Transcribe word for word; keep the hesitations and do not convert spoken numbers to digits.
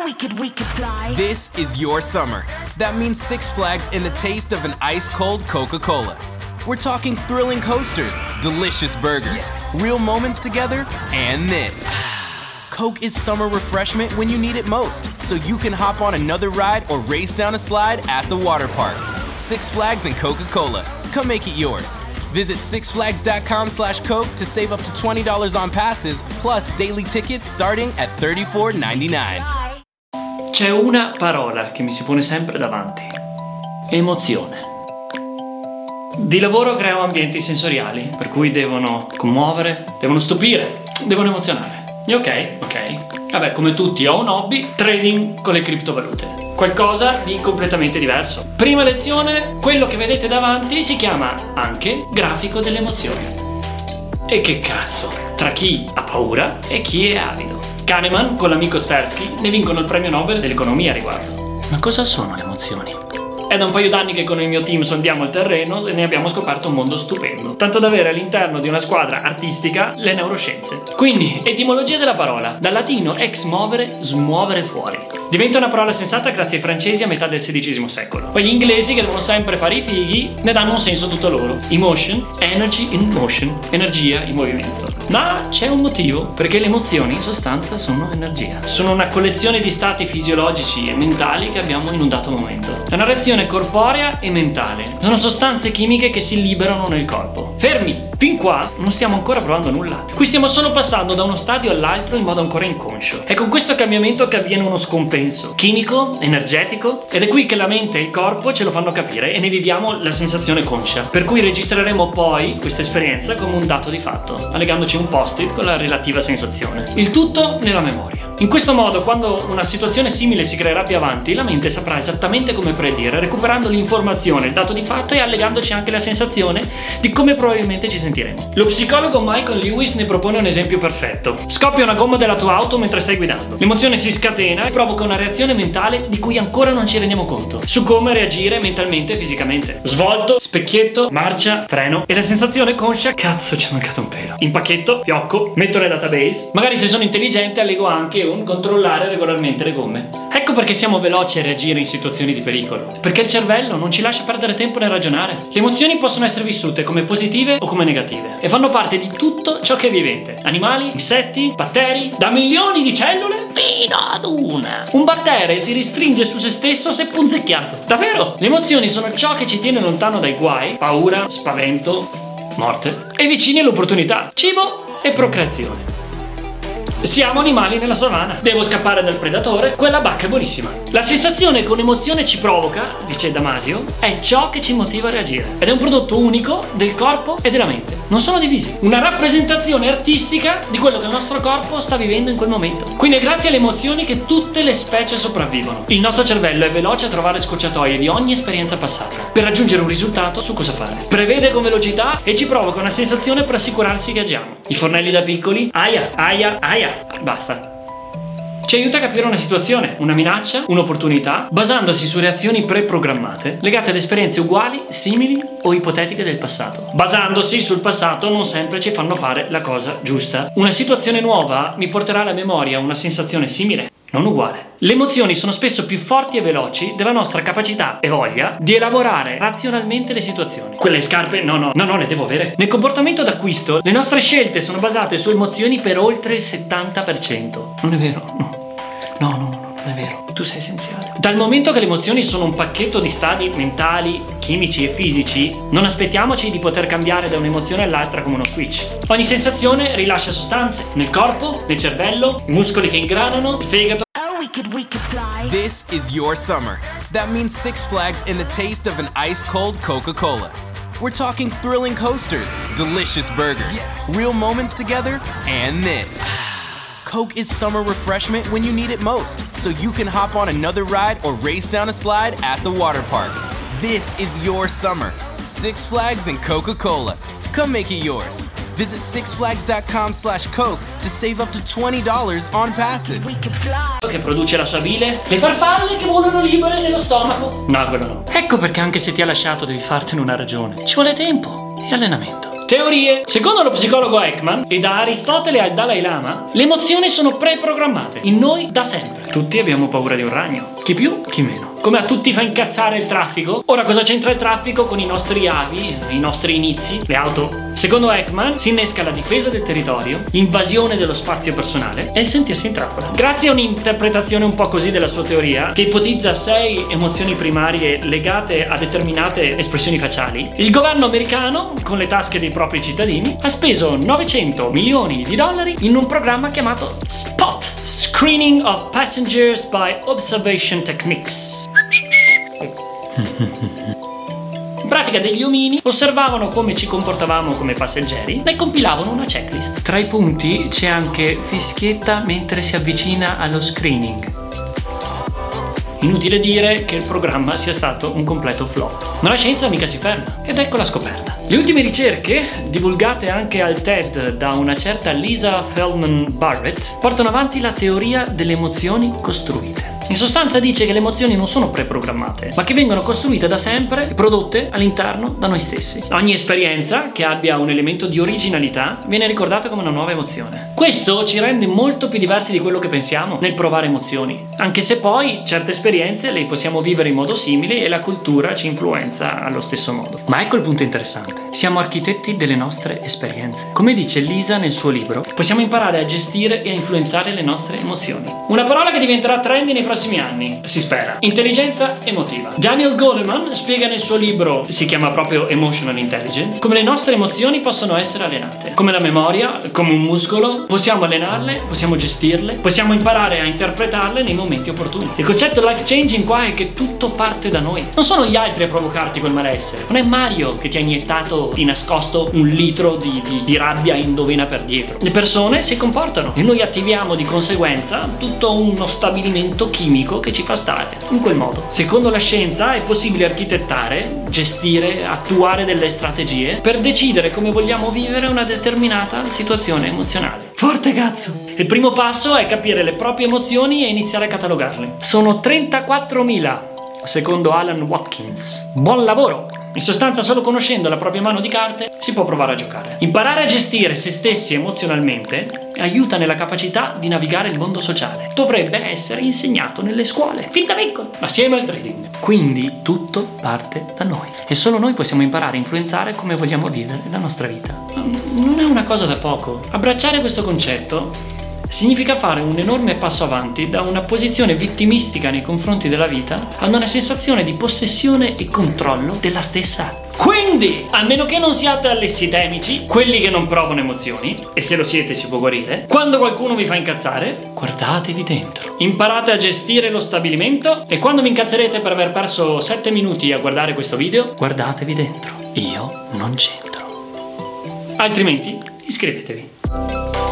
we could, we could fly. This is your summer. That means Six Flags in the taste of an ice-cold Coca-Cola. We're talking thrilling coasters, delicious burgers, yes. real moments together, and this. Coke is summer refreshment when you need it most, so you can hop on another ride or race down a slide at the water park. Six Flags and Coca-Cola. Come make it yours. Visit sixflags.com slash Coke to save up to twenty dollars on passes, plus daily tickets starting at thirty-four ninety-nine. C'è una parola che mi si pone sempre davanti. Emozione. Di lavoro creo ambienti sensoriali, per cui devono commuovere, devono stupire, devono emozionare. E ok, ok. Vabbè, come tutti ho un hobby, trading con le criptovalute. Qualcosa di completamente diverso. Prima lezione, quello che vedete davanti si chiama anche grafico delle emozioni. E che cazzo, tra chi ha paura e chi è avido. Kahneman con l'amico Tversky ne vincono il premio Nobel dell'economia a riguardo. Ma cosa sono le emozioni? È da un paio d'anni che con il mio team sondiamo il terreno e ne abbiamo scoperto un mondo stupendo, tanto da avere all'interno di una squadra artistica le neuroscienze. Quindi, etimologia della parola, dal latino ex movere, smuovere fuori. Diventa una parola sensata grazie ai francesi a metà del sedicesimo secolo. Poi gli inglesi, che devono sempre fare i fighi, ne danno un senso tutto loro. Emotion, energy in motion, energia in movimento. Ma c'è un motivo, perché le emozioni in sostanza sono energia. Sono una collezione di stati fisiologici e mentali che abbiamo in un dato momento. È una reazione corporea e mentale. Sono sostanze chimiche che si liberano nel corpo. Fermi! Fin qua non stiamo ancora provando nulla. Qui stiamo solo passando da uno stadio all'altro in modo ancora inconscio. È con questo cambiamento che avviene uno scompenso chimico, energetico, ed è qui che la mente e il corpo ce lo fanno capire e ne viviamo la sensazione conscia. Per cui registreremo poi questa esperienza come un dato di fatto, allegandoci un post-it con la relativa sensazione. Il tutto nella memoria. In questo modo, quando una situazione simile si creerà più avanti, la mente saprà esattamente come predire, recuperando l'informazione, il dato di fatto e allegandoci anche la sensazione di come probabilmente ci sentiremo. Lo psicologo Michael Lewis ne propone un esempio perfetto. Scoppia una gomma della tua auto mentre stai guidando. L'emozione si scatena e provoca una reazione mentale di cui ancora non ci rendiamo conto, su come reagire mentalmente e fisicamente. Svolto, specchietto, marcia, freno. E la sensazione conscia, cazzo, ci è mancato un pelo. Impacchetto, fiocco, metto nel database. Magari se sono intelligente allego anche un controllare regolarmente le gomme. Ecco perché siamo veloci a reagire in situazioni di pericolo, perché il cervello non ci lascia perdere tempo nel ragionare. Le emozioni possono essere vissute come positive o come negative e fanno parte di tutto ciò che è vivente: animali, insetti, batteri, da milioni di cellule fino ad una. Un battere si ristringe su se stesso se punzecchiato. Davvero? Le emozioni sono ciò che ci tiene lontano dai guai, paura, spavento, morte, e vicini all'opportunità, cibo e procreazione. Siamo animali nella savana. Devo scappare dal predatore, quella bacca è buonissima. La sensazione che un'emozione ci provoca, dice Damasio, è ciò che ci motiva a reagire. Ed è un prodotto unico del corpo e della mente. Non sono divisi. Una rappresentazione artistica di quello che il nostro corpo sta vivendo in quel momento. Quindi è grazie alle emozioni che tutte le specie sopravvivono. Il nostro cervello è veloce a trovare scorciatoie di ogni esperienza passata per raggiungere un risultato su cosa fare. Prevede con velocità e ci provoca una sensazione per assicurarsi che agiamo. I fornelli da piccoli, aia, aia, aia. Basta. Ci aiuta a capire una situazione, una minaccia, un'opportunità, basandosi su reazioni preprogrammate legate ad esperienze uguali, simili o ipotetiche del passato. Basandosi sul passato non sempre ci fanno fare la cosa giusta. Una situazione nuova mi porterà alla memoria una sensazione simile, non uguale. Le emozioni sono spesso più forti e veloci della nostra capacità e voglia di elaborare razionalmente le situazioni. Quelle scarpe, no, no, no, no, le devo avere. Nel comportamento d'acquisto, le nostre scelte sono basate su emozioni per oltre il settanta per cento. Non è vero? No, no, no, no, non è vero. Tu sei essenziale. Dal momento che le emozioni sono un pacchetto di stati mentali, chimici e fisici, non aspettiamoci di poter cambiare da un'emozione all'altra come uno switch. Ogni sensazione rilascia sostanze nel corpo, nel cervello, i muscoli che ingranano, il fegato. We could, we could fly. This is your summer. That means Six Flags in the taste of an ice-cold Coca-Cola. We're talking thrilling coasters, delicious burgers, yes. real moments together, and this. Coke is summer refreshment when you need it most, so you can hop on another ride or race down a slide at the water park. This is your summer. Six Flags and Coca-Cola. Come make it yours. Visit sixflags.com slash Coke to save up to twenty dollars on passes. Che produce la sua bile, le farfalle che volano libere nello stomaco. No, quello no. Ecco perché anche se ti ha lasciato devi fartene una ragione. Ci vuole tempo e allenamento. Teorie. Secondo lo psicologo Ekman e da Aristotele al Dalai Lama, le emozioni sono preprogrammate in noi da sempre. Tutti abbiamo paura di un ragno, chi più, chi meno. Come a tutti fa incazzare il traffico? Ora cosa c'entra il traffico con i nostri avi, i nostri inizi, le auto? Secondo Ekman si innesca la difesa del territorio, l'invasione dello spazio personale e il sentirsi in trappola. Grazie a un'interpretazione un po' così della sua teoria, che ipotizza sei emozioni primarie legate a determinate espressioni facciali, il governo americano, con le tasche dei propri cittadini, ha speso novecento milioni di dollari in un programma chiamato SPOT, Screening of Passengers by Observation Techniques. In pratica degli omini osservavano come ci comportavamo come passeggeri e compilavano una checklist. Tra i punti c'è anche fischietta mentre si avvicina allo screening. Inutile dire che il programma sia stato un completo flop. Ma la scienza mica si ferma, ed ecco la scoperta. Le ultime ricerche, divulgate anche al TED da una certa Lisa Feldman Barrett, portano avanti la teoria delle emozioni costruite. In sostanza dice che le emozioni non sono preprogrammate, ma che vengono costruite da sempre e prodotte all'interno da noi stessi. Ogni esperienza che abbia un elemento di originalità viene ricordata come una nuova emozione. Questo ci rende molto più diversi di quello che pensiamo nel provare emozioni, anche se poi certe esperienze le possiamo vivere in modo simile e la cultura ci influenza allo stesso modo. Ma ecco il punto interessante. Siamo architetti delle nostre esperienze. Come dice Lisa nel suo libro, possiamo imparare a gestire e a influenzare le nostre emozioni. Una parola che diventerà trendy nei prossimi anni, si spera. Intelligenza emotiva. Daniel Goleman spiega nel suo libro, si chiama proprio Emotional Intelligence, come le nostre emozioni possono essere allenate. Come la memoria, come un muscolo, possiamo allenarle, possiamo gestirle, possiamo imparare a interpretarle nei momenti opportuni. Il concetto life changing qua è che tutto parte da noi. Non sono gli altri a provocarti quel malessere. Non è Mario che ti ha iniettato di nascosto un litro di, di, di rabbia indovina per dietro. Le persone si comportano e noi attiviamo di conseguenza tutto uno stabilimento chimico che ci fa stare in quel modo. Secondo la scienza è possibile architettare, gestire, attuare delle strategie per decidere come vogliamo vivere una determinata situazione emozionale. Forte cazzo! Il primo passo è capire le proprie emozioni e iniziare a catalogarle. Sono trentaquattromila, secondo Alan Watkins. Buon lavoro! In sostanza, solo conoscendo la propria mano di carte si può provare a giocare. Imparare a gestire se stessi emozionalmente aiuta nella capacità di navigare il mondo sociale. Dovrebbe essere insegnato nelle scuole, fin da piccolo, assieme al trading. Quindi tutto parte da noi e solo noi possiamo imparare a influenzare come vogliamo vivere la nostra vita. Non è una cosa da poco. Abbracciare questo concetto significa fare un enorme passo avanti da una posizione vittimistica nei confronti della vita ad una sensazione di possessione e controllo della stessa. Quindi, a meno che non siate allessitemici, quelli che non provano emozioni, e se lo siete si può guarire, quando qualcuno vi fa incazzare, guardatevi dentro. Imparate a gestire lo stabilimento e quando vi incazzerete per aver perso sette minuti a guardare questo video, guardatevi dentro. Io non c'entro. Altrimenti, iscrivetevi.